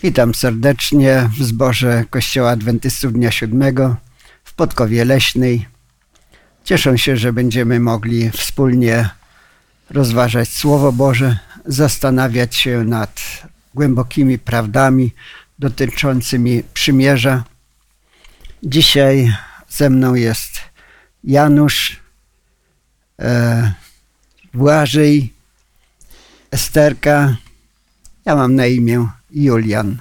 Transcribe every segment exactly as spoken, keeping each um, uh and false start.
Witam serdecznie w zborze Kościoła Adwentystów Dnia Siódmego w Podkowie Leśnej. Cieszę się, że będziemy mogli wspólnie rozważać Słowo Boże, zastanawiać się nad głębokimi prawdami dotyczącymi przymierza. Dzisiaj ze mną jest Janusz, e, Błażej, Esterka. Ja mam na imię Julian.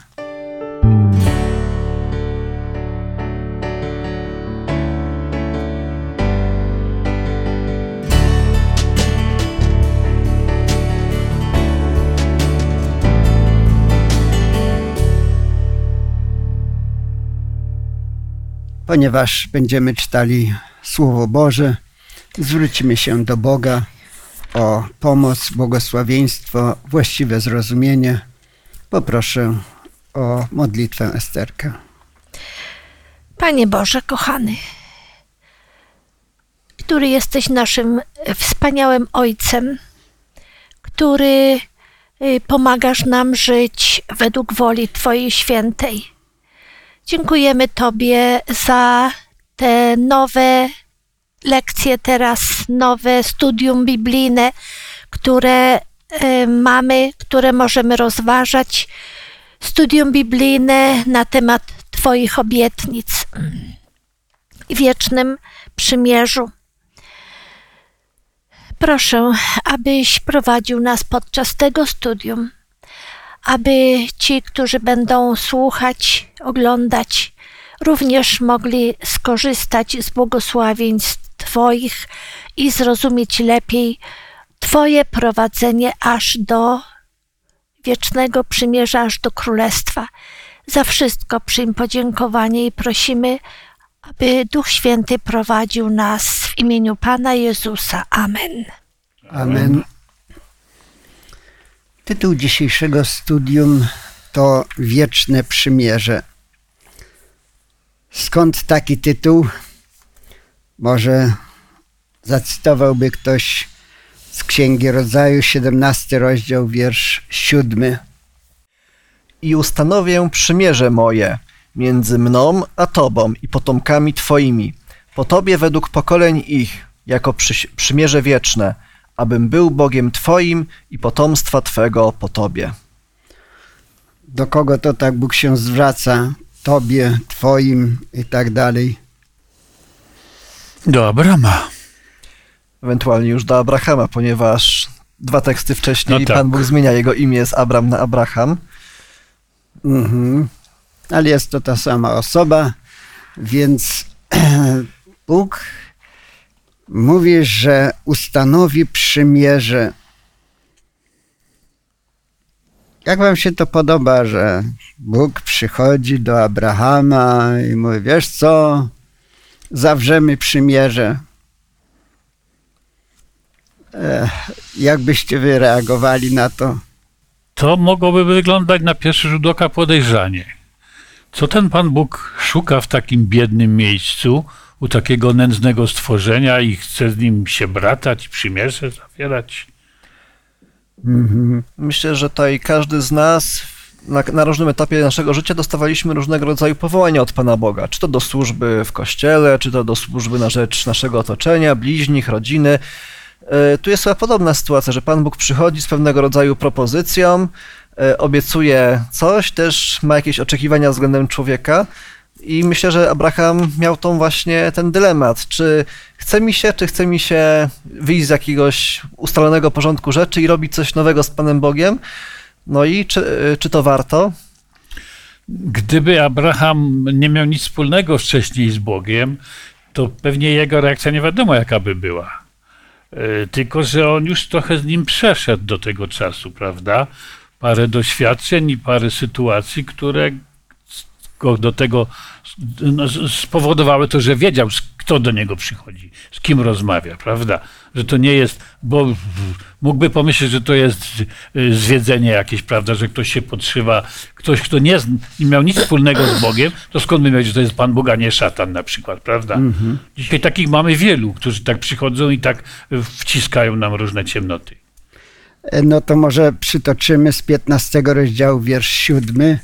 Ponieważ będziemy czytali Słowo Boże, zwrócimy się do Boga o pomoc, błogosławieństwo, właściwe zrozumienie. Poproszę o modlitwę Esterkę. Panie Boże, kochany, który jesteś naszym wspaniałym Ojcem, który pomagasz nam żyć według woli Twojej świętej. Dziękujemy Tobie za te nowe lekcje teraz, nowe studium biblijne, które mamy, które możemy rozważać. Studium biblijne na temat Twoich obietnic w wiecznym przymierzu. Proszę, abyś prowadził nas podczas tego studium, aby ci, którzy będą słuchać, oglądać, również mogli skorzystać z błogosławieństw Twoich i zrozumieć lepiej Twoje prowadzenie aż do wiecznego przymierza, aż do Królestwa. Za wszystko przyjm podziękowanie i prosimy, aby Duch Święty prowadził nas w imieniu Pana Jezusa. Amen. Amen. Tytuł dzisiejszego studium to Wieczne Przymierze. Skąd taki tytuł? Może zacytowałby ktoś z Księgi Rodzaju, siedemnasty rozdział, wiersz siódmy. I ustanowię przymierze moje między mną a Tobą i potomkami Twoimi, po Tobie według pokoleń ich, jako przy, przymierze wieczne, abym był Bogiem Twoim i potomstwa Twego po Tobie. Do kogo to tak Bóg się zwraca? Tobie, Twoim i tak dalej. Do Abrama. Ewentualnie już do Abrahama, ponieważ dwa teksty wcześniej No tak. Pan Bóg zmienia jego imię z Abram na Abraham. Mhm. Ale jest to ta sama osoba, więc Bóg mówi, że ustanowi przymierze. Jak wam się to podoba, że Bóg przychodzi do Abrahama i mówi, wiesz co, zawrzemy przymierze. Ech, jak byście wy reagowali na to? To mogłoby wyglądać na pierwszy rzut oka podejrzanie. Co ten Pan Bóg szuka w takim biednym miejscu, u takiego nędznego stworzenia i chce z nim się bratać, przymierze zawierać? Mhm. Myślę, że tutaj każdy z nas na, na różnym etapie naszego życia dostawaliśmy różnego rodzaju powołania od Pana Boga. Czy to do służby w kościele, czy to do służby na rzecz naszego otoczenia, bliźnich, rodziny. Tu jest chyba podobna sytuacja, że Pan Bóg przychodzi z pewnego rodzaju propozycją, obiecuje coś, też ma jakieś oczekiwania względem człowieka i myślę, że Abraham miał tą właśnie ten dylemat, czy chce mi się, czy chce mi się wyjść z jakiegoś ustalonego porządku rzeczy i robić coś nowego z Panem Bogiem, no i czy, czy to warto? Gdyby Abraham nie miał nic wspólnego wcześniej z Bogiem, to pewnie jego reakcja nie wiadomo jaka by była. Tylko że on już trochę z nim przeszedł do tego czasu, prawda? Parę doświadczeń i parę sytuacji, które go do tego no, spowodowały to, że wiedział, kto do niego przychodzi, z kim rozmawia, prawda? Że to nie jest, bo mógłby pomyśleć, że to jest zwiedzenie jakieś, prawda, że ktoś się podszywa, ktoś, kto nie, nie miał nic wspólnego z Bogiem, to skąd my wiedzieć, że to jest Pan Bóg, a nie szatan na przykład, prawda? Mm-hmm. Dzisiaj takich mamy wielu, którzy tak przychodzą i tak wciskają nam różne ciemnoty. No to może przytoczymy z piętnastego rozdziału wiersz siódmy.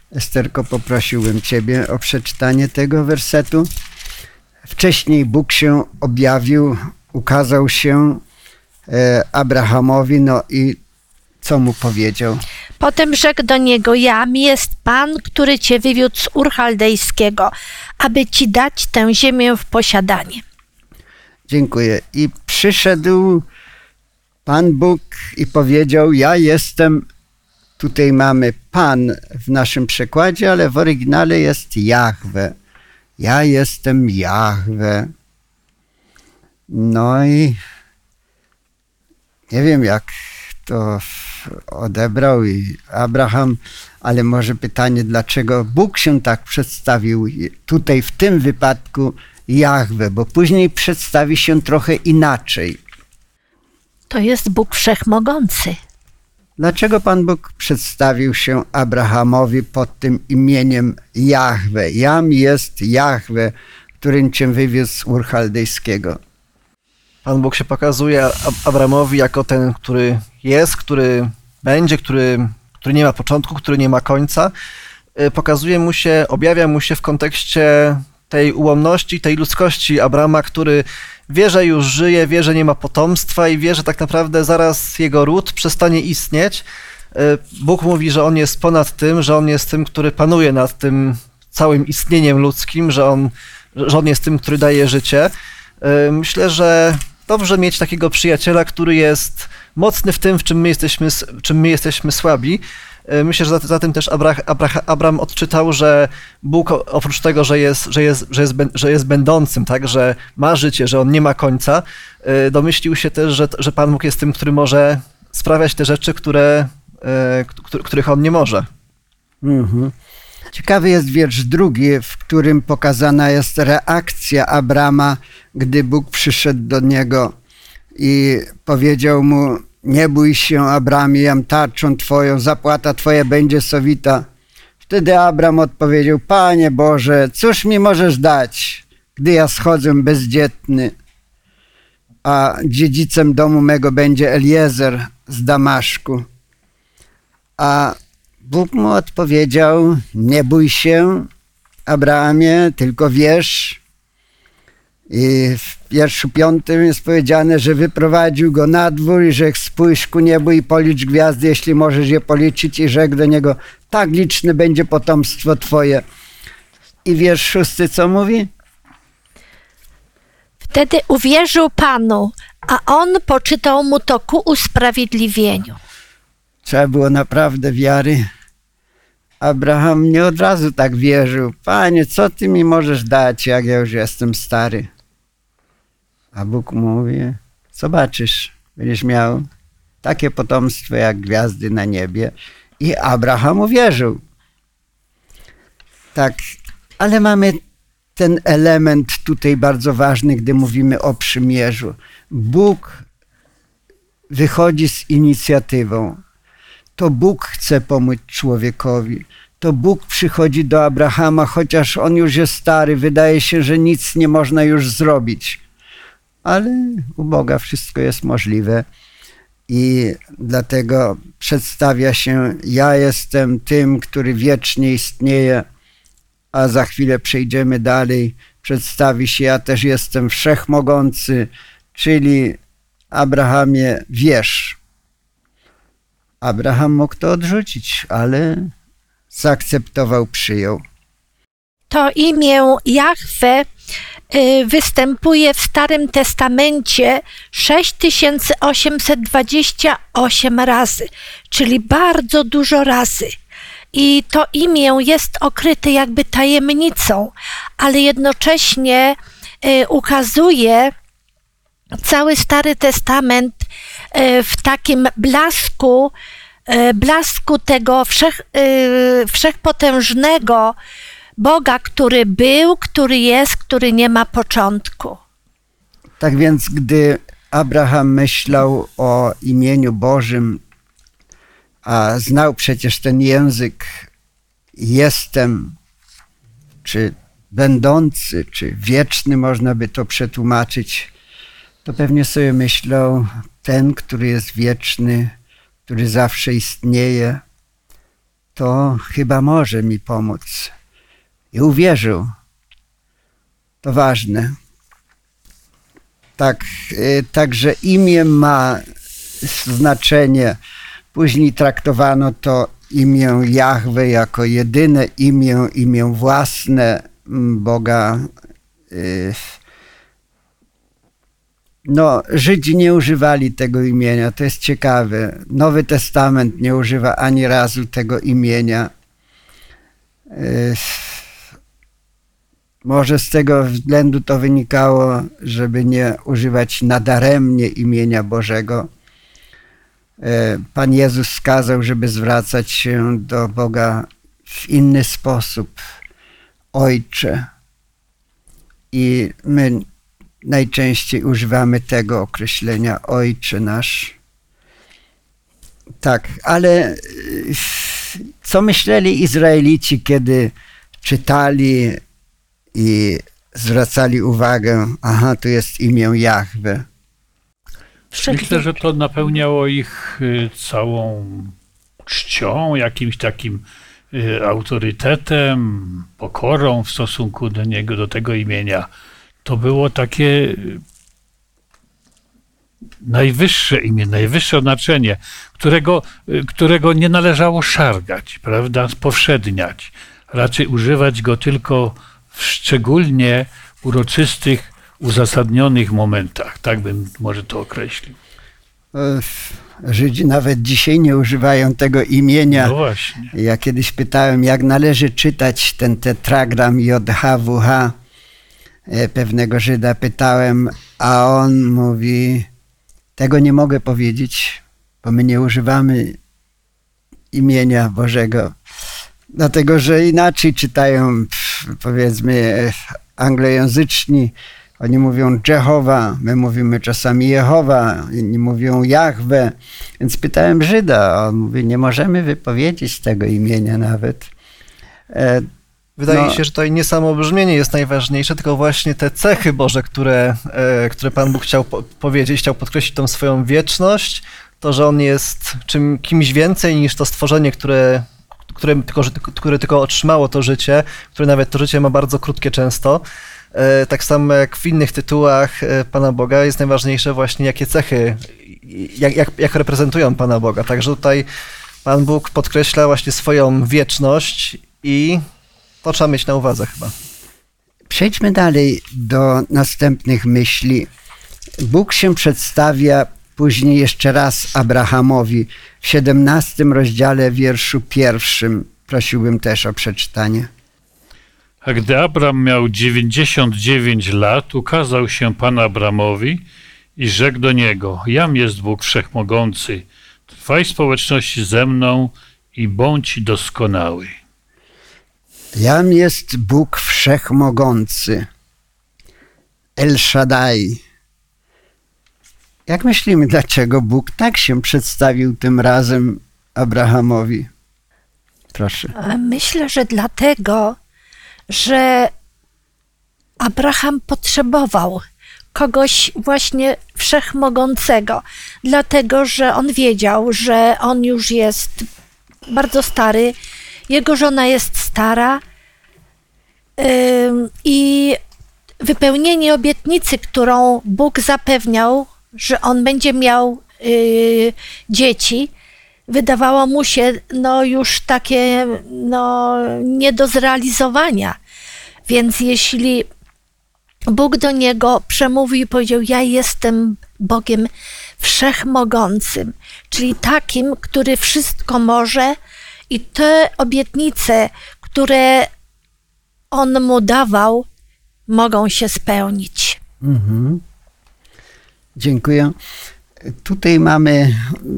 Esterko, poprosiłbym Ciebie o przeczytanie tego wersetu. Wcześniej Bóg się objawił, ukazał się Abrahamowi, no i co mu powiedział? Potem rzekł do niego: Jam jest Pan, który cię wywiódł z Ur Chaldejskiego, aby ci dać tę ziemię w posiadanie. Dziękuję. I przyszedł Pan Bóg i powiedział: ja jestem, tutaj mamy Pan w naszym przekładzie, ale w oryginale jest Jahwe. Ja jestem Jahwe. No i nie wiem, jak to odebrał i Abraham, ale może pytanie, dlaczego Bóg się tak przedstawił tutaj w tym wypadku Jahwe, bo później przedstawi się trochę inaczej. To jest Bóg Wszechmogący. Dlaczego Pan Bóg przedstawił się Abrahamowi pod tym imieniem Jahwe? Jam jest Jahwe, którym cię wywiózł z Ur Chaldejskiego. Pan Bóg się pokazuje Abramowi jako ten, który jest, który będzie, który, który nie ma początku, który nie ma końca. Pokazuje mu się, objawia mu się w kontekście tej ułomności, tej ludzkości Abrama, który wie, że już żyje, wie, że nie ma potomstwa i wie, że tak naprawdę zaraz jego ród przestanie istnieć. Bóg mówi, że on jest ponad tym, że on jest tym, który panuje nad tym całym istnieniem ludzkim, że on, że on jest tym, który daje życie. Myślę, że dobrze mieć takiego przyjaciela, który jest mocny w tym, w czym my jesteśmy, w czym my jesteśmy słabi. Myślę, że za, za tym też Abraham, Abraham odczytał, że Bóg oprócz tego, że jest, że jest, że jest, że jest będącym, tak, że ma życie, że on nie ma końca, domyślił się też, że, że Pan Bóg jest tym, który może sprawiać te rzeczy, które, których on nie może. Mhm. Ciekawy jest wiersz drugi, w którym pokazana jest reakcja Abrama, gdy Bóg przyszedł do niego i powiedział mu: nie bój się, Abramie, jam tarczą twoją, zapłata twoja będzie sowita. Wtedy Abram odpowiedział: Panie Boże, cóż mi możesz dać, gdy ja schodzę bezdzietny, a dziedzicem domu mego będzie Eliezer z Damaszku. A Bóg mu odpowiedział: nie bój się, Abrahamie, tylko wierz. I w wierszu piątym jest powiedziane, że wyprowadził go na dwór i rzekł: spójrz ku niebu i policz gwiazdy, jeśli możesz je policzyć. I rzekł do niego: tak liczne będzie potomstwo twoje. I wiersz szósty co mówi? Wtedy uwierzył Panu, a on poczytał mu to ku usprawiedliwieniu. Trzeba było naprawdę wiary. Abraham nie od razu tak wierzył. Panie, co ty mi możesz dać, jak ja już jestem stary? A Bóg mówi: zobaczysz, będziesz miał takie potomstwo jak gwiazdy na niebie. I Abraham uwierzył. Tak, ale mamy ten element tutaj bardzo ważny, gdy mówimy o przymierzu. Bóg wychodzi z inicjatywą. To Bóg chce pomóc człowiekowi. To Bóg przychodzi do Abrahama, chociaż on już jest stary, wydaje się, że nic nie można już zrobić. Ale u Boga wszystko jest możliwe i dlatego przedstawia się: ja jestem tym, który wiecznie istnieje, a za chwilę przejdziemy dalej. Przedstawi się: ja też jestem wszechmogący, czyli Abrahamie, wierz. Abraham mógł to odrzucić, ale zaakceptował, przyjął. To imię Jahwe y, występuje w Starym Testamencie sześć tysięcy osiemset dwadzieścia osiem razy, czyli bardzo dużo razy. I to imię jest okryte jakby tajemnicą, ale jednocześnie y, ukazuje cały Stary Testament y, w takim blasku, y, blasku tego wszech, y, wszechpotężnego Boga, który był, który jest, który nie ma początku. Tak więc, gdy Abraham myślał o imieniu Bożym, a znał przecież ten język jestem, czy będący, czy wieczny, można by to przetłumaczyć, to pewnie sobie myślał: ten, który jest wieczny, który zawsze istnieje, to chyba może mi pomóc. I uwierzył. To ważne. Tak, także imię ma znaczenie. Później traktowano to imię Jahwe jako jedyne imię, imię własne Boga. No, Żydzi nie używali tego imienia, to jest ciekawe. Nowy Testament nie używa ani razu tego imienia. Może z tego względu to wynikało, żeby nie używać nadaremnie imienia Bożego. Pan Jezus wskazał, żeby zwracać się do Boga w inny sposób. Ojcze. I my najczęściej używamy tego określenia Ojcze nasz. Tak, ale co myśleli Izraelici, kiedy czytali i zwracali uwagę, aha, tu jest imię Jahwe. Myślę, że to napełniało ich całą czcią, jakimś takim autorytetem, pokorą w stosunku do niego, do tego imienia. To było takie najwyższe imię, najwyższe znaczenie, którego, którego nie należało szargać, prawda, spowszedniać. Raczej używać go tylko w szczególnie uroczystych, uzasadnionych momentach. Tak bym może to określił. Żydzi nawet dzisiaj nie używają tego imienia. No właśnie. Ja kiedyś pytałem, jak należy czytać ten tetragram J H W H. Pewnego Żyda pytałem, a on mówi, tego nie mogę powiedzieć, bo my nie używamy imienia Bożego. Dlatego, że inaczej czytają, powiedzmy, anglojęzyczni. Oni mówią Jehowa, my mówimy czasami Jehowa, inni mówią Jahwe. Więc pytałem Żyda, a on mówi, nie możemy wypowiedzieć tego imienia nawet. E, Wydaje no, się, że tutaj nie samo brzmienie jest najważniejsze, tylko właśnie te cechy Boże, które, e, które Pan Bóg chciał po- powiedzieć, chciał podkreślić tą swoją wieczność, to, że On jest czym, kimś więcej niż to stworzenie, które, które, tylko, które tylko otrzymało to życie, które nawet to życie ma bardzo krótkie często. E, tak samo jak w innych tytułach e, Pana Boga jest najważniejsze właśnie jakie cechy, jak, jak, jak reprezentują Pana Boga. Także tutaj Pan Bóg podkreśla właśnie swoją wieczność i to trzeba mieć na uwadze chyba. Przejdźmy dalej do następnych myśli. Bóg się przedstawia później jeszcze raz Abrahamowi w siedemnastym rozdziale wierszu pierwszym. Prosiłbym też o przeczytanie. A gdy Abram miał dziewięćdziesiąt dziewięć lat, ukazał się Pan Abramowi i rzekł do niego, jam jest Bóg Wszechmogący, trwaj społeczności ze mną i bądź doskonały. Jam jest Bóg Wszechmogący, El Shaddai. Jak myślimy, dlaczego Bóg tak się przedstawił tym razem Abrahamowi? Proszę. Myślę, że dlatego, że Abraham potrzebował kogoś właśnie wszechmogącego, dlatego, że on wiedział, że on już jest bardzo stary, jego żona jest stara yy, i wypełnienie obietnicy, którą Bóg zapewniał, że on będzie miał yy, dzieci, wydawało mu się no, już takie no, nie do zrealizowania. Więc jeśli Bóg do niego przemówił i powiedział, ja jestem Bogiem Wszechmogącym, czyli takim, który wszystko może i te obietnice, które on mu dawał, mogą się spełnić. Mhm. Dziękuję. Tutaj mamy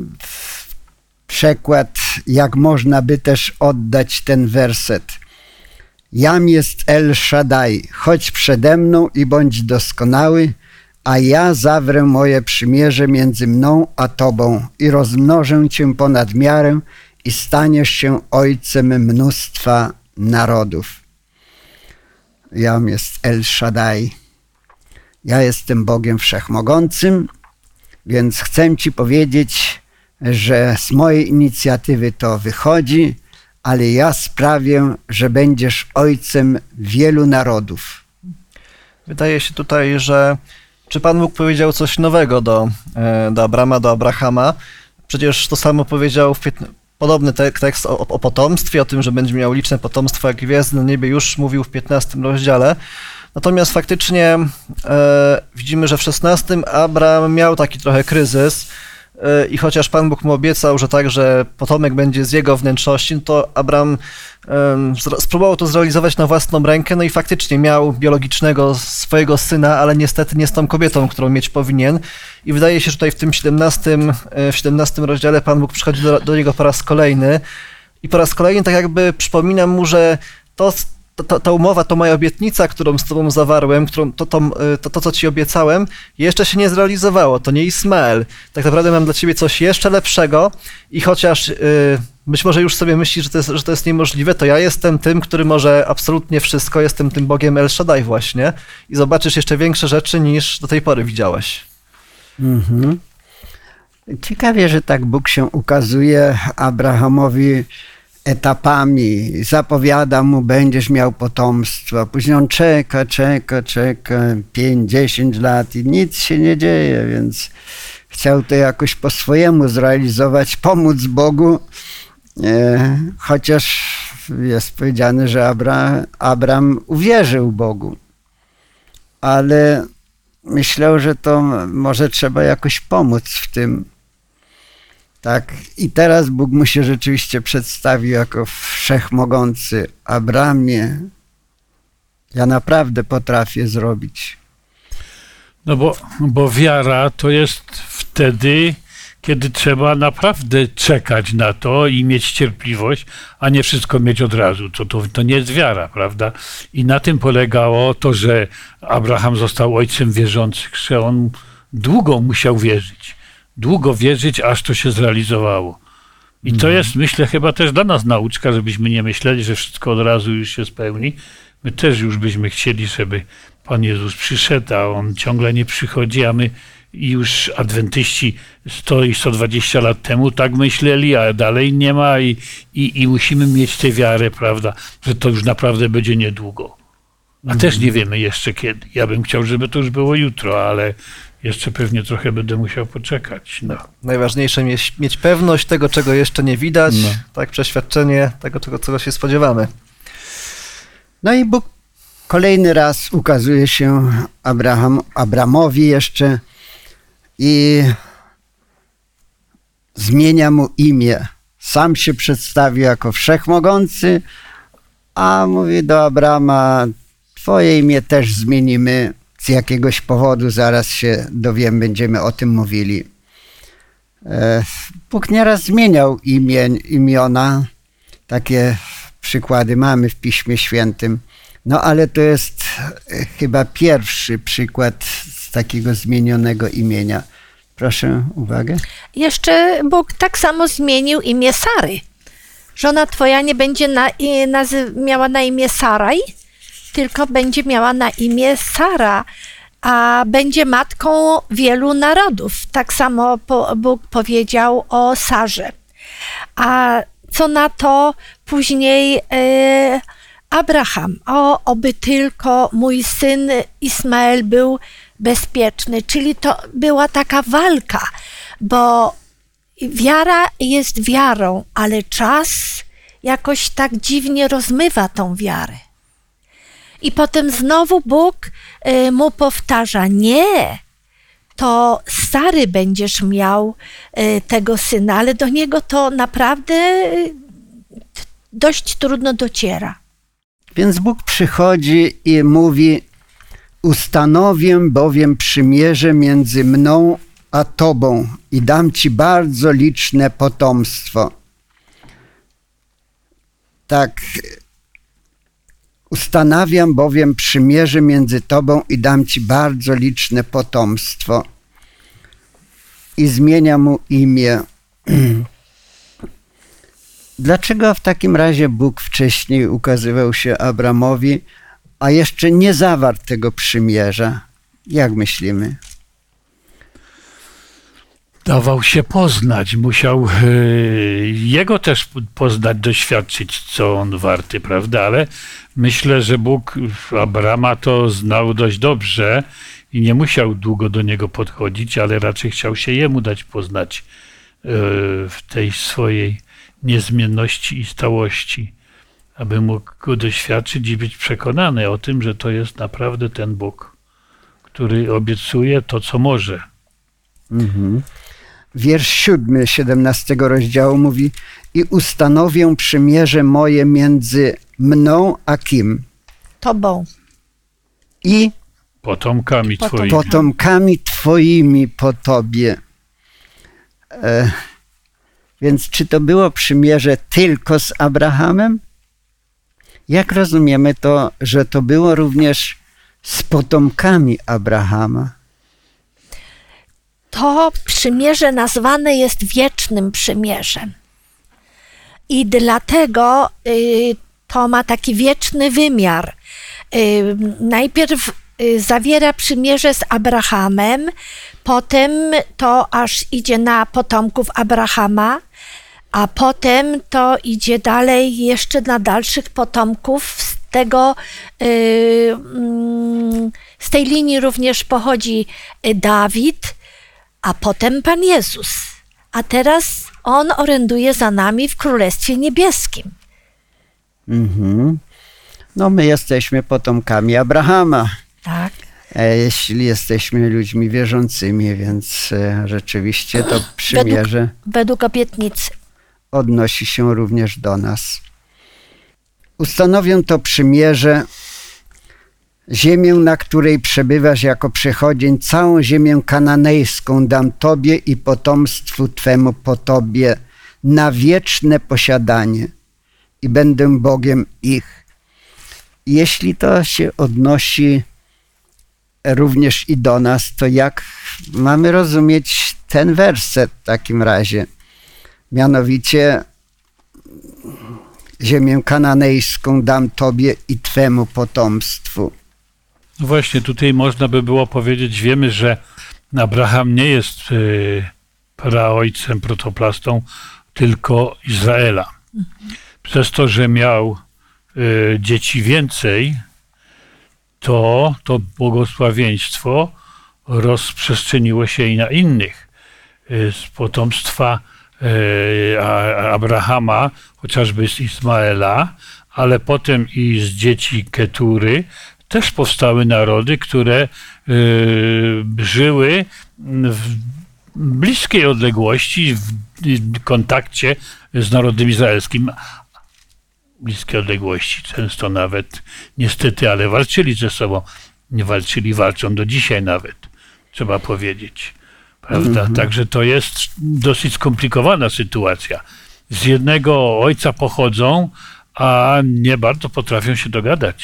przekład, jak można by też oddać ten werset. Jam jest El Shaddai, chodź przede mną i bądź doskonały, a ja zawrę moje przymierze między mną a tobą i rozmnożę cię ponad miarę i staniesz się ojcem mnóstwa narodów. Jam jest El Shaddai. Ja jestem Bogiem Wszechmogącym, więc chcę ci powiedzieć, że z mojej inicjatywy to wychodzi, ale ja sprawię, że będziesz ojcem wielu narodów. Wydaje się tutaj, że czy Pan Bóg powiedział coś nowego do, do Abrama, do Abrahama? Przecież to samo powiedział w piętna... podobny tekst o, o potomstwie, o tym, że będzie miał liczne potomstwo jak gwiazdy na niebie, już mówił w piętnastym rozdziale. Natomiast faktycznie e, widzimy, że w szesnastym Abram miał taki trochę kryzys e, i chociaż Pan Bóg mu obiecał, że także potomek będzie z jego wnętrzności, no to Abram e, spróbował to zrealizować na własną rękę, no i faktycznie miał biologicznego swojego syna, ale niestety nie z tą kobietą, którą mieć powinien. I wydaje się, że tutaj w tym siedemnastym, w siedemnastym rozdziale Pan Bóg przychodzi do, do niego po raz kolejny i po raz kolejny tak jakby przypomina mu, że to Ta, ta umowa, to moja obietnica, którą z tobą zawarłem, którą, to, to, to, to, co ci obiecałem, jeszcze się nie zrealizowało. To nie Ismael. Tak naprawdę mam dla ciebie coś jeszcze lepszego i chociaż yy, być może już sobie myślisz, że to, jest, że to jest niemożliwe, to ja jestem tym, który może absolutnie wszystko. Jestem tym Bogiem El Shaddai właśnie i zobaczysz jeszcze większe rzeczy niż do tej pory widziałeś. Mhm. Ciekawie, że tak Bóg się ukazuje Abrahamowi etapami, zapowiada mu, będziesz miał potomstwo, później on czeka, czeka, czeka, pięć, dziesięć lat i nic się nie dzieje, więc chciał to jakoś po swojemu zrealizować, pomóc Bogu, e, chociaż jest powiedziane, że Abra, Abram uwierzył Bogu, ale myślał, że to może trzeba jakoś pomóc w tym. Tak, i teraz Bóg mu się rzeczywiście przedstawił jako wszechmogący. Abramie, ja naprawdę potrafię zrobić. No bo, bo wiara to jest wtedy, kiedy trzeba naprawdę czekać na to i mieć cierpliwość, a nie wszystko mieć od razu. To, to, to nie jest wiara, prawda? I na tym polegało to, że Abraham został ojcem wierzących, że on długo musiał wierzyć. Długo wierzyć, aż to się zrealizowało. I to jest, myślę, chyba też dla nas nauczka, żebyśmy nie myśleli, że wszystko od razu już się spełni. My też już byśmy chcieli, żeby Pan Jezus przyszedł, a On ciągle nie przychodzi, a my już adwentyści sto i sto dwadzieścia lat temu tak myśleli, a dalej nie ma i, i, i musimy mieć tę wiarę, prawda, że to już naprawdę będzie niedługo. A też nie wiemy jeszcze kiedy. Ja bym chciał, żeby to już było jutro, ale jeszcze pewnie trochę będę musiał poczekać. No. Najważniejsze jest mieć pewność tego, czego jeszcze nie widać, no. Tak, przeświadczenie tego, czego, czego się spodziewamy. No i Bóg kolejny raz ukazuje się Abraham, Abramowi jeszcze i zmienia mu imię. Sam się przedstawi jako wszechmogący, a mówi do Abrama, twoje imię też zmienimy z jakiegoś powodu, zaraz się dowiemy, będziemy o tym mówili. Bóg nieraz zmieniał imię, imiona, takie przykłady mamy w Piśmie Świętym, no ale to jest chyba pierwszy przykład z takiego zmienionego imienia. Proszę, uwagę. Jeszcze Bóg tak samo zmienił imię Sary. Żona twoja nie będzie na, nazy- miała na imię Saraj, tylko będzie miała na imię Sara, a będzie matką wielu narodów. Tak samo po, Bóg powiedział o Sarze. A co na to później e, Abraham? O, oby tylko mój syn Ismael był bezpieczny. Czyli to była taka walka, bo wiara jest wiarą, ale czas jakoś tak dziwnie rozmywa tą wiarę. I potem znowu Bóg y, mu powtarza, nie, to stary będziesz miał y, tego syna, ale do niego to naprawdę y, dość trudno dociera. Więc Bóg przychodzi i mówi, ustanowię bowiem przymierze między mną a tobą i dam ci bardzo liczne potomstwo. Tak, ustanawiam bowiem przymierze między tobą i dam ci bardzo liczne potomstwo. I zmienia mu imię. Dlaczego w takim razie Bóg wcześniej ukazywał się Abramowi, a jeszcze nie zawarł tego przymierza? Jak myślimy? dawał się poznać, musiał e, jego też poznać, doświadczyć, co on warty, prawda? Ale myślę, że Bóg Abrama to znał dość dobrze i nie musiał długo do niego podchodzić, ale raczej chciał się jemu dać poznać e, w tej swojej niezmienności i stałości, aby mógł go doświadczyć i być przekonany o tym, że to jest naprawdę ten Bóg, który obiecuje to, co może. Mhm. Wiersz siódmy siedemnastego rozdziału mówi: i ustanowię przymierze moje między mną a kim? Tobą. I Potomkami Potom- twoimi. potomkami twoimi po tobie. E, więc czy to było przymierze tylko z Abrahamem? Jak rozumiemy to, że to było również z potomkami Abrahama? To przymierze nazwane jest wiecznym przymierzem. I dlatego y, to ma taki wieczny wymiar. Y, najpierw y, zawiera przymierze z Abrahamem, potem to aż idzie na potomków Abrahama, a potem to idzie dalej jeszcze na dalszych potomków. Z tego, y, mm, z tej linii również pochodzi Dawid, a potem Pan Jezus. A teraz On oręduje za nami w Królestwie Niebieskim. Mhm. No my jesteśmy potomkami Abrahama, Tak. e, jeśli jesteśmy ludźmi wierzącymi, więc e, rzeczywiście to przymierze Według obietnicy. odnosi się również do nas. Ustanowię to przymierze, ziemię, na której przebywasz jako przechodzień, całą ziemię kananejską dam tobie i potomstwu twemu po tobie na wieczne posiadanie i będę Bogiem ich. Jeśli to się odnosi również i do nas, to jak mamy rozumieć ten werset w takim razie? Mianowicie ziemię kananejską dam tobie i twemu potomstwu. No właśnie, tutaj można by było powiedzieć, wiemy, że Abraham nie jest y, praojcem, protoplastą, tylko Izraela. Przez to, że miał y, dzieci więcej, to to błogosławieństwo rozprzestrzeniło się i na innych. Y, z potomstwa y, Abrahama, chociażby z Ismaela, ale potem i z dzieci Ketury, też powstały narody, które y, żyły w bliskiej odległości, w kontakcie z narodem izraelskim. Bliskiej odległości, często nawet, niestety, ale walczyli ze sobą. Nie walczyli, walczą do dzisiaj nawet, trzeba powiedzieć. Prawda? Mm-hmm. Także to jest dosyć skomplikowana sytuacja. Z jednego ojca pochodzą, a nie bardzo potrafią się dogadać.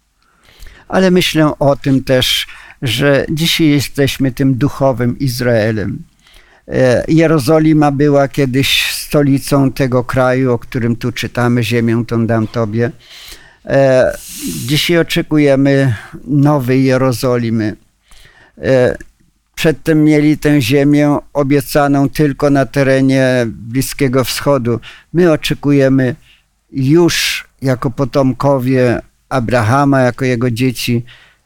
Ale myślę o tym też, że dzisiaj jesteśmy tym duchowym Izraelem. Jerozolima była kiedyś stolicą tego kraju, o którym tu czytamy, ziemię tą dam tobie. Dzisiaj oczekujemy nowej Jerozolimy. Przedtem mieli tę ziemię obiecaną tylko na terenie Bliskiego Wschodu. My oczekujemy już jako potomkowie Abrahama, jako jego dzieci,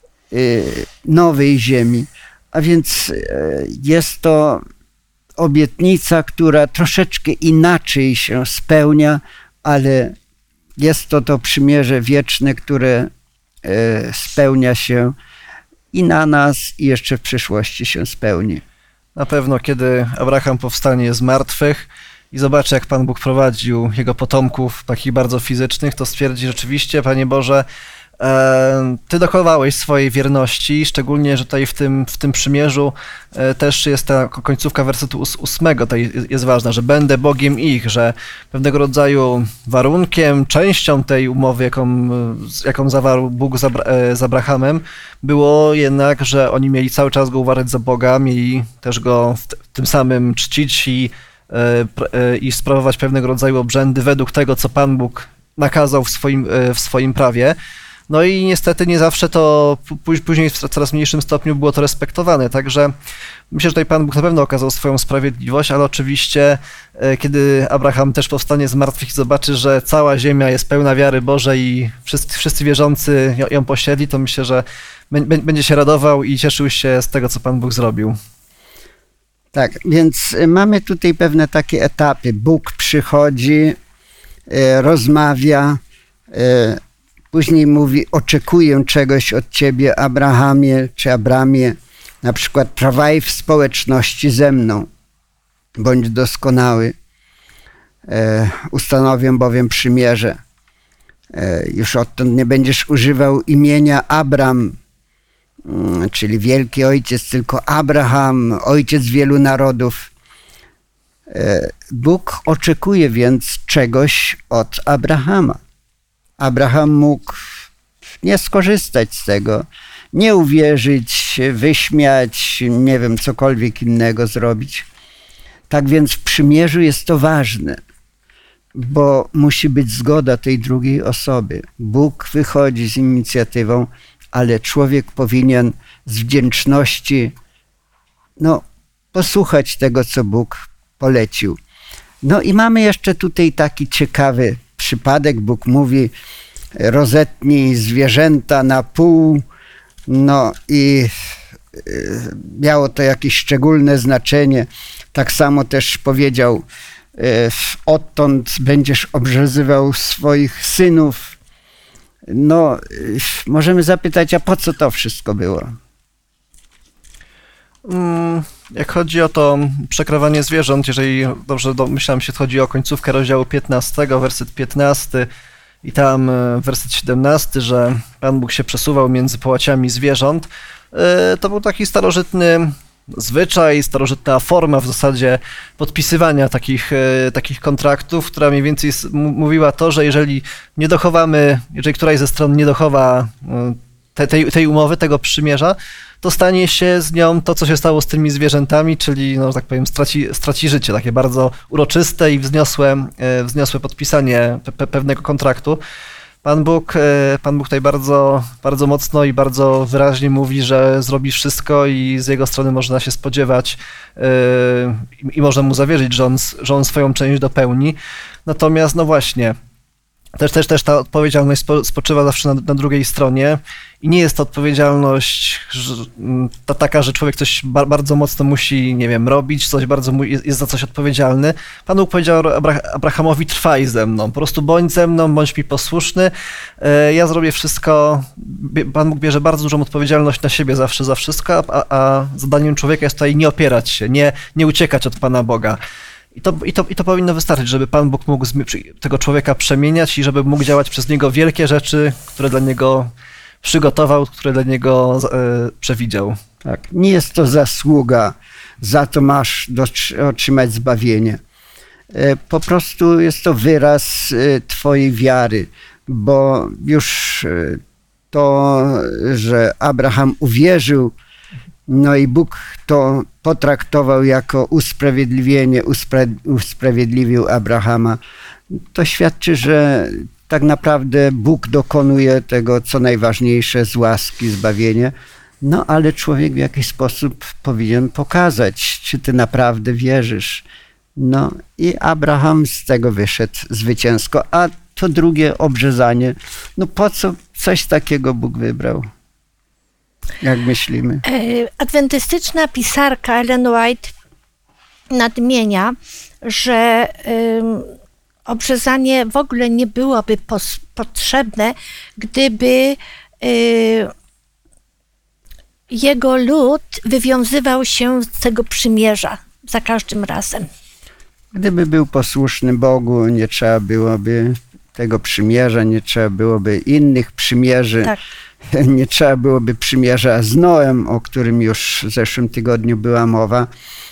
nowej ziemi. A więc jest to obietnica, która troszeczkę inaczej się spełnia, ale jest to to przymierze wieczne, które spełnia się i na nas, i jeszcze w przyszłości się spełni. Na pewno, kiedy Abraham powstanie z martwych i zobaczy, jak Pan Bóg prowadził jego potomków, takich bardzo fizycznych, to stwierdzi rzeczywiście, Panie Boże, e, Ty dochowałeś swojej wierności, szczególnie, że tutaj w tym, w tym przymierzu e, też jest ta końcówka wersetu ósmego, to jest ważna, że będę Bogiem ich, że pewnego rodzaju warunkiem, częścią tej umowy, jaką, jaką zawarł Bóg z, Abra, z Abrahamem, było jednak, że oni mieli cały czas Go uważać za Boga, mieli też Go w, w tym samym czcić i i sprawować pewnego rodzaju obrzędy według tego, co Pan Bóg nakazał w swoim, w swoim prawie, No i niestety nie zawsze to później w coraz mniejszym stopniu było to respektowane, także myślę, że tutaj Pan Bóg na pewno okazał swoją sprawiedliwość, ale oczywiście kiedy Abraham też powstanie z martwych i zobaczy, że cała ziemia jest pełna wiary Bożej i wszyscy, wszyscy wierzący ją posiedli, to myślę, że będzie się radował i cieszył się z tego, co Pan Bóg zrobił. Tak, więc mamy tutaj pewne takie etapy. Bóg przychodzi, rozmawia, później mówi, oczekuję czegoś od ciebie, Abrahamie czy Abramie, na przykład trwaj w społeczności ze mną, bądź doskonały, ustanowię bowiem przymierze. Już odtąd nie będziesz używał imienia Abram, czyli wielki ojciec, tylko Abraham, ojciec wielu narodów. Bóg oczekuje więc czegoś od Abrahama. Abraham mógł nie skorzystać z tego, nie uwierzyć, wyśmiać, nie wiem, cokolwiek innego zrobić. Tak więc w przymierzu jest to ważne, bo musi być zgoda tej drugiej osoby. Bóg wychodzi z inicjatywą, ale człowiek powinien z wdzięczności no, posłuchać tego, co Bóg polecił. No i mamy jeszcze tutaj taki ciekawy przypadek. Bóg mówi, rozetnij zwierzęta na pół, no i miało to jakieś szczególne znaczenie. Tak samo też powiedział, odtąd będziesz obrzezywał swoich synów. No, możemy zapytać, a po co to wszystko było? Jak chodzi o to przekrawanie zwierząt, jeżeli dobrze domyślam się, chodzi o końcówkę rozdziału piętnastego, werset piętnasty i tam werset siedemnasty, że Pan Bóg się przesuwał między połaciami zwierząt, to był taki starożytny zwyczaj, starożytna forma w zasadzie podpisywania takich, takich kontraktów, która mniej więcej mówiła to, że jeżeli nie dochowamy, jeżeli któraś ze stron nie dochowa te, tej, tej umowy, tego przymierza, to stanie się z nią to, co się stało z tymi zwierzętami, czyli, no, że tak powiem, straci, straci życie, takie bardzo uroczyste i wzniosłe, wzniosłe podpisanie pe, pewnego kontraktu. Pan Bóg, Pan Bóg tutaj bardzo, bardzo mocno i bardzo wyraźnie mówi, że zrobi wszystko i z jego strony można się spodziewać yy, i można mu zawierzyć, że on, że on swoją część dopełni. Natomiast no właśnie, też, też, też ta odpowiedzialność spo, spoczywa zawsze na, na drugiej stronie i nie jest to odpowiedzialność że, ta taka, że człowiek coś ba, bardzo mocno musi, nie wiem, robić, coś bardzo mu, jest, jest za coś odpowiedzialny. Pan Bóg powiedział Abra- Abrahamowi, trwaj ze mną, po prostu bądź ze mną, bądź mi posłuszny, ja zrobię wszystko. Pan Bóg bierze bardzo dużą odpowiedzialność na siebie zawsze za wszystko, a, a zadaniem człowieka jest tutaj nie opierać się, nie, nie uciekać od Pana Boga. I to, i, to, I to powinno wystarczyć, żeby Pan Bóg mógł tego człowieka przemieniać i żeby mógł działać przez niego wielkie rzeczy, które dla niego przygotował, które dla niego e, przewidział. Tak, nie jest to zasługa, za to masz otrzymać zbawienie. E, po prostu jest to wyraz e, twojej wiary, bo już e, to, że Abraham uwierzył, no i Bóg to potraktował jako usprawiedliwienie, uspra- usprawiedliwił Abrahama. To świadczy, że tak naprawdę Bóg dokonuje tego, co najważniejsze, z łaski, zbawienie. No ale człowiek w jakiś sposób powinien pokazać, czy ty naprawdę wierzysz. No i Abraham z tego wyszedł zwycięsko. A to drugie obrzezanie, no po co coś takiego Bóg wybrał? Jak myślimy? Adwentystyczna pisarka Ellen White nadmienia, że um, obrzezanie w ogóle nie byłoby pos- potrzebne, gdyby y, jego lud wywiązywał się z tego przymierza za każdym razem. Gdyby był posłuszny Bogu, nie trzeba byłoby tego przymierza, nie trzeba byłoby innych przymierzy. Tak. Nie trzeba byłoby przymierza z Noem, o którym już w zeszłym tygodniu była mowa.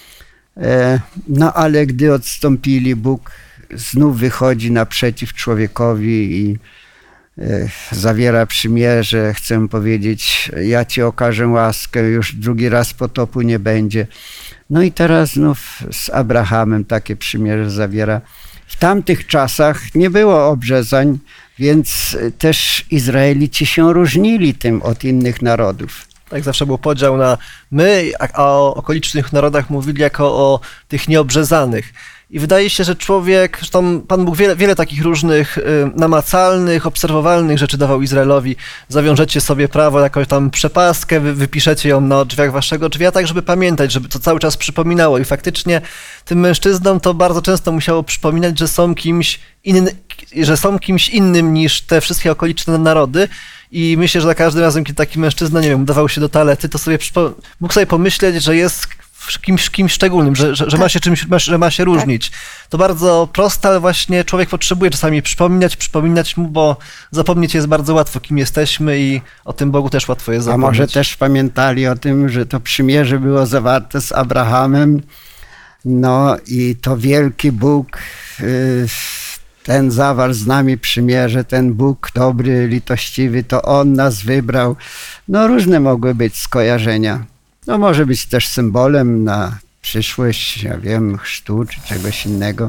No ale gdy odstąpili, Bóg znów wychodzi naprzeciw człowiekowi i zawiera przymierze. Chcę powiedzieć, ja ci okażę łaskę, już drugi raz potopu nie będzie. No i teraz znów z Abrahamem takie przymierze zawiera. W tamtych czasach nie było obrzezań, w Więc też Izraelici się różnili tym od innych narodów. Tak zawsze był podział na my, a o okolicznych narodach mówili jako o tych nieobrzezanych. I wydaje się, że człowiek, zresztą Pan Bóg wiele, wiele takich różnych y, namacalnych, obserwowalnych rzeczy dawał Izraelowi. Zawiążecie sobie prawo, jakąś tam przepastkę, wy, wypiszecie ją na drzwiach waszego drzwi, tak żeby pamiętać, żeby to cały czas przypominało. I faktycznie tym mężczyznom to bardzo często musiało przypominać, że są kimś inny, że są kimś innym niż te wszystkie okoliczne narody. I myślę, że za każdym razem, kiedy taki mężczyzna, nie wiem, udawał się do toalety, to sobie przypo- mógł sobie pomyśleć, że jest kimś, kimś szczególnym, że, że, że ma się czymś, że ma się różnić. To bardzo proste, ale właśnie człowiek potrzebuje czasami przypominać, przypominać mu, bo zapomnieć jest bardzo łatwo, kim jesteśmy i o tym Bogu też łatwo jest zapomnieć. A może też pamiętali o tym, że to przymierze było zawarte z Abrahamem, no i to wielki Bóg, ten zawarł z nami przymierze, ten Bóg dobry, litościwy, to On nas wybrał. No różne mogły być skojarzenia. No może być też symbolem na przyszłość, ja wiem, chrztu czy czegoś innego.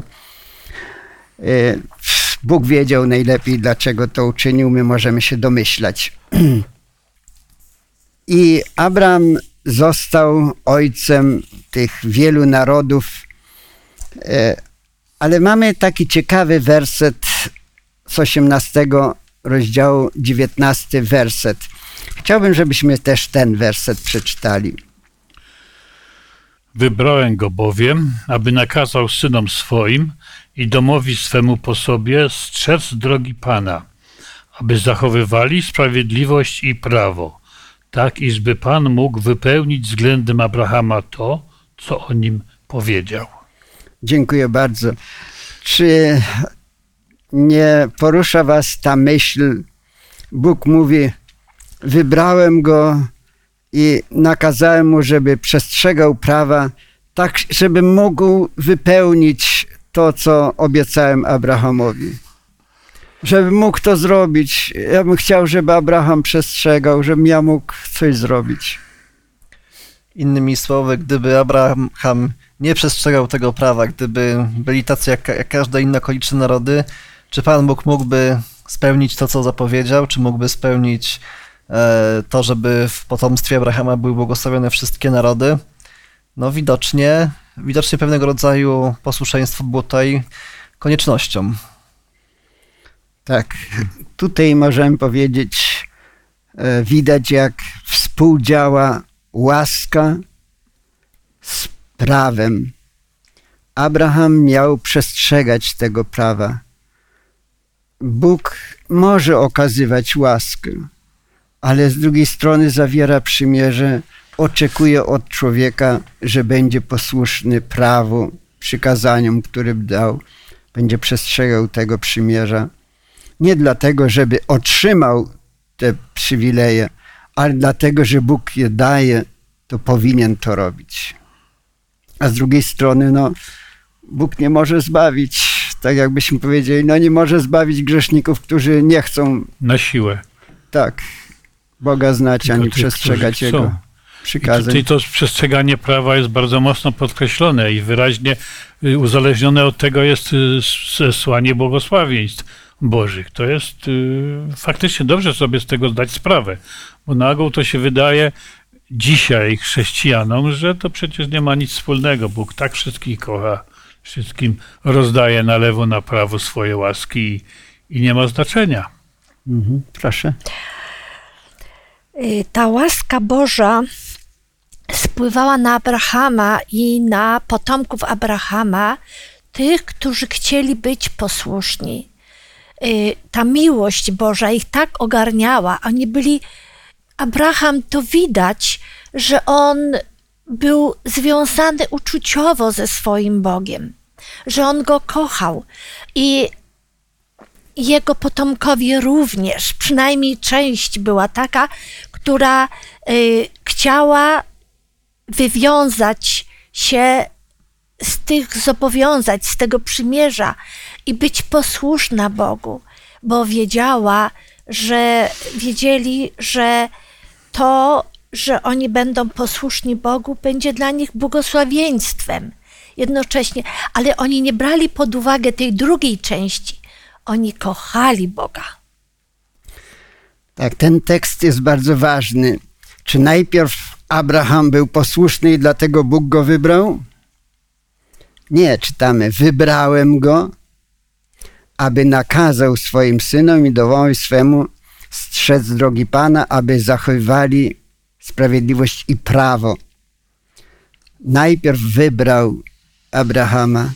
Bóg wiedział najlepiej, dlaczego to uczynił, my możemy się domyślać. I Abraham został ojcem tych wielu narodów, ale mamy taki ciekawy werset z osiemnastego rozdziału, dziewiętnasty werset. Chciałbym, żebyśmy też ten werset przeczytali. Wybrałem go bowiem, aby nakazał synom swoim i domowi swemu po sobie strzec drogi Pana, aby zachowywali sprawiedliwość i prawo, tak iżby Pan mógł wypełnić względem Abrahama to, co o nim powiedział. Dziękuję bardzo. Czy nie porusza was ta myśl? Bóg mówi, wybrałem go i nakazałem mu, żeby przestrzegał prawa, tak żeby mógł wypełnić to, co obiecałem Abrahamowi. Żeby mógł to zrobić. Ja bym chciał, żeby Abraham przestrzegał, żebym ja mógł coś zrobić. Innymi słowy, gdyby Abraham nie przestrzegał tego prawa, gdyby byli tacy jak, jak każde inne okoliczne narody, czy Pan Bóg mógłby spełnić to, co zapowiedział, czy mógłby spełnić e, to, żeby w potomstwie Abrahama były błogosławione wszystkie narody? No widocznie, widocznie pewnego rodzaju posłuszeństwo było tutaj koniecznością. Tak, tutaj możemy powiedzieć, e, widać jak współdziała łaska z prawem. Abraham miał przestrzegać tego prawa. Bóg może okazywać łaskę, ale z drugiej strony zawiera przymierze, oczekuje od człowieka, że będzie posłuszny prawu, przykazaniom, które dał, będzie przestrzegał tego przymierza. Nie dlatego, żeby otrzymał te przywileje, ale dlatego, że Bóg je daje, to powinien to robić. A z drugiej strony, no, Bóg nie może zbawić, tak jakbyśmy powiedzieli, no nie może zbawić grzeszników, którzy nie chcą. Na siłę. Tak, Boga znać, ani tych, przestrzegać którzy Jego chcą. przykazań. I tutaj to przestrzeganie prawa jest bardzo mocno podkreślone i wyraźnie uzależnione od tego jest zesłanie błogosławieństw Bożych. To jest y, faktycznie dobrze sobie z tego zdać sprawę, bo na ogół to się wydaje dzisiaj chrześcijanom, że to przecież nie ma nic wspólnego. Bóg tak wszystkich kocha, wszystkim rozdaje na lewo, na prawo swoje łaski i, i nie ma znaczenia. Mhm, proszę. Ta łaska Boża spływała na Abrahama i na potomków Abrahama, tych, którzy chcieli być posłuszni. Ta miłość Boża ich tak ogarniała. Oni byli, Abraham, to widać, że on był związany uczuciowo ze swoim Bogiem, że on go kochał i jego potomkowie również, przynajmniej część była taka, która y, chciała wywiązać się z tych zobowiązań, z tego przymierza i być posłuszna Bogu, bo wiedziała, że wiedzieli, że to, że oni będą posłuszni Bogu, będzie dla nich błogosławieństwem jednocześnie, ale oni nie brali pod uwagę tej drugiej części. Oni kochali Boga. Tak, ten tekst jest bardzo ważny. Czy najpierw Abraham był posłuszny i dlatego Bóg go wybrał? Nie, czytamy, wybrałem go, aby nakazał swoim synom i domowi swemu strzec drogi Pana, aby zachowywali sprawiedliwość i prawo. Najpierw wybrał Abrahama,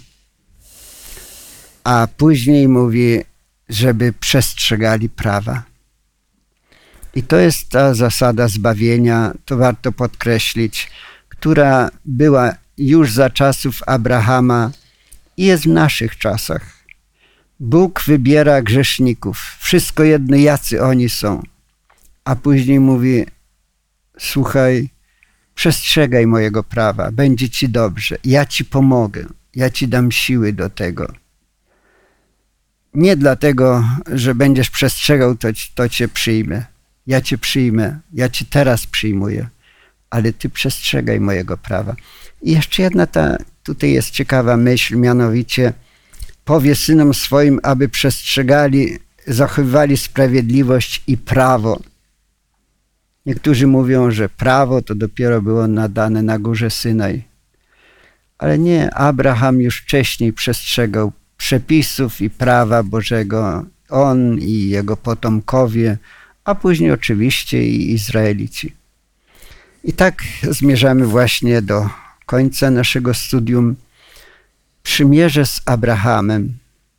a później mówi, żeby przestrzegali prawa. I to jest ta zasada zbawienia, to warto podkreślić, która była już za czasów Abrahama i jest w naszych czasach. Bóg wybiera grzeszników, wszystko jedno jacy oni są, a później mówi, słuchaj, przestrzegaj mojego prawa, będzie ci dobrze, ja ci pomogę, ja ci dam siły do tego. Nie dlatego, że będziesz przestrzegał, to, to cię przyjmę. Ja cię przyjmę, ja cię teraz przyjmuję, ale ty przestrzegaj mojego prawa. I jeszcze jedna ta, tutaj jest ciekawa myśl, mianowicie powie synom swoim, aby przestrzegali, zachowywali sprawiedliwość i prawo. Niektórzy mówią, że prawo to dopiero było nadane na górze Synaj. Ale nie, Abraham już wcześniej przestrzegał przepisów i prawa Bożego, on i jego potomkowie, a później oczywiście i Izraelici. I tak zmierzamy właśnie do końca naszego studium. Przymierze z Abrahamem.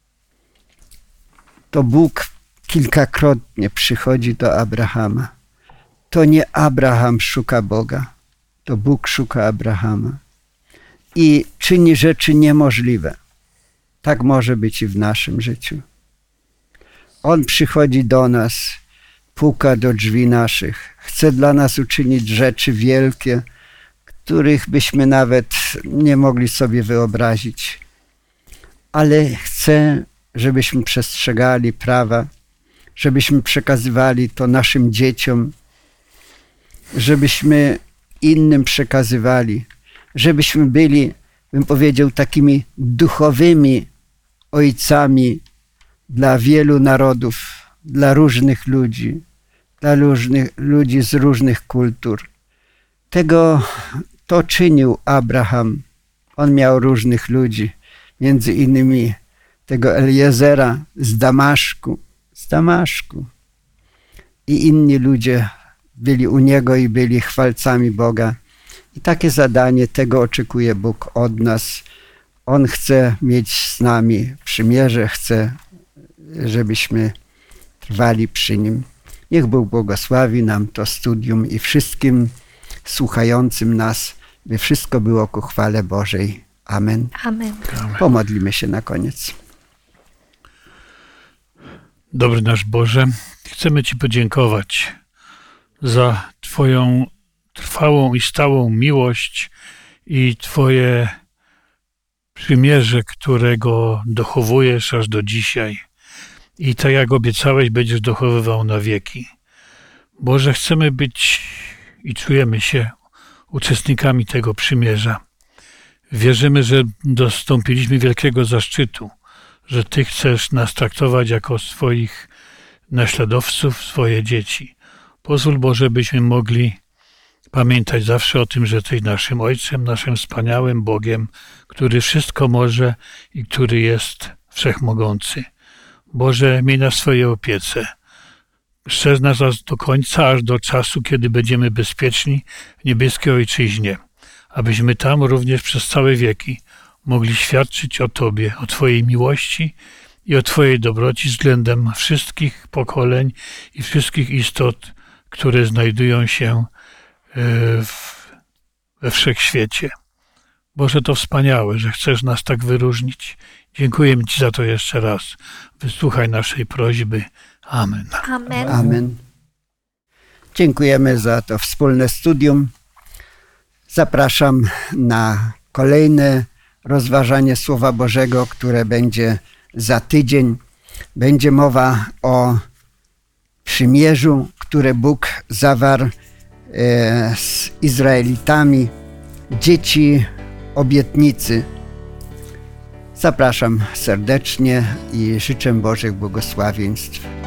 To Bóg kilkakrotnie przychodzi do Abrahama. To nie Abraham szuka Boga, to Bóg szuka Abrahama. I czyni rzeczy niemożliwe. Tak może być i w naszym życiu. On przychodzi do nas, puka do drzwi naszych, chce dla nas uczynić rzeczy wielkie, których byśmy nawet nie mogli sobie wyobrazić. Ale chce, żebyśmy przestrzegali prawa, żebyśmy przekazywali to naszym dzieciom, żebyśmy innym przekazywali, żebyśmy byli, bym powiedział, takimi duchowymi ojcami dla wielu narodów, dla różnych ludzi, dla różnych ludzi z różnych kultur. Tego to czynił Abraham. On miał różnych ludzi, między innymi tego Eliezera z Damaszku, z Damaszku. I inni ludzie byli u niego i byli chwalcami Boga. I takie zadanie, tego oczekuje Bóg od nas. On chce mieć z nami przymierze, chce, żebyśmy trwali przy Nim. Niech Bóg błogosławi nam to studium i wszystkim słuchającym nas, by wszystko było ku chwale Bożej. Amen. Amen. Pomodlimy się na koniec. Dobry nasz Boże, chcemy Ci podziękować za Twoją trwałą i stałą miłość i Twoje przymierze, którego dochowujesz aż do dzisiaj. I tak jak obiecałeś, będziesz dochowywał na wieki. Boże, chcemy być i czujemy się uczestnikami tego przymierza. Wierzymy, że dostąpiliśmy wielkiego zaszczytu, że Ty chcesz nas traktować jako swoich naśladowców, swoje dzieci. Pozwól, Boże, byśmy mogli pamiętać zawsze o tym, że Ty naszym Ojcem, naszym wspaniałym Bogiem, który wszystko może i który jest wszechmogący. Boże, miej nas w swojej opiece. Strzeż nas do końca, aż do czasu, kiedy będziemy bezpieczni w niebieskiej Ojczyźnie, abyśmy tam również przez całe wieki mogli świadczyć o Tobie, o Twojej miłości i o Twojej dobroci względem wszystkich pokoleń i wszystkich istot, które znajdują się w, we wszechświecie. Boże, to wspaniałe, że chcesz nas tak wyróżnić. Dziękujemy Ci za to jeszcze raz. Wysłuchaj naszej prośby. Amen. Amen. Amen. Dziękujemy za to wspólne studium. Zapraszam na kolejne rozważanie Słowa Bożego, które będzie za tydzień. Będzie mowa o przymierzu, które Bóg zawarł z Izraelitami, dzieci obietnicy. Zapraszam serdecznie i życzę Bożych błogosławieństw.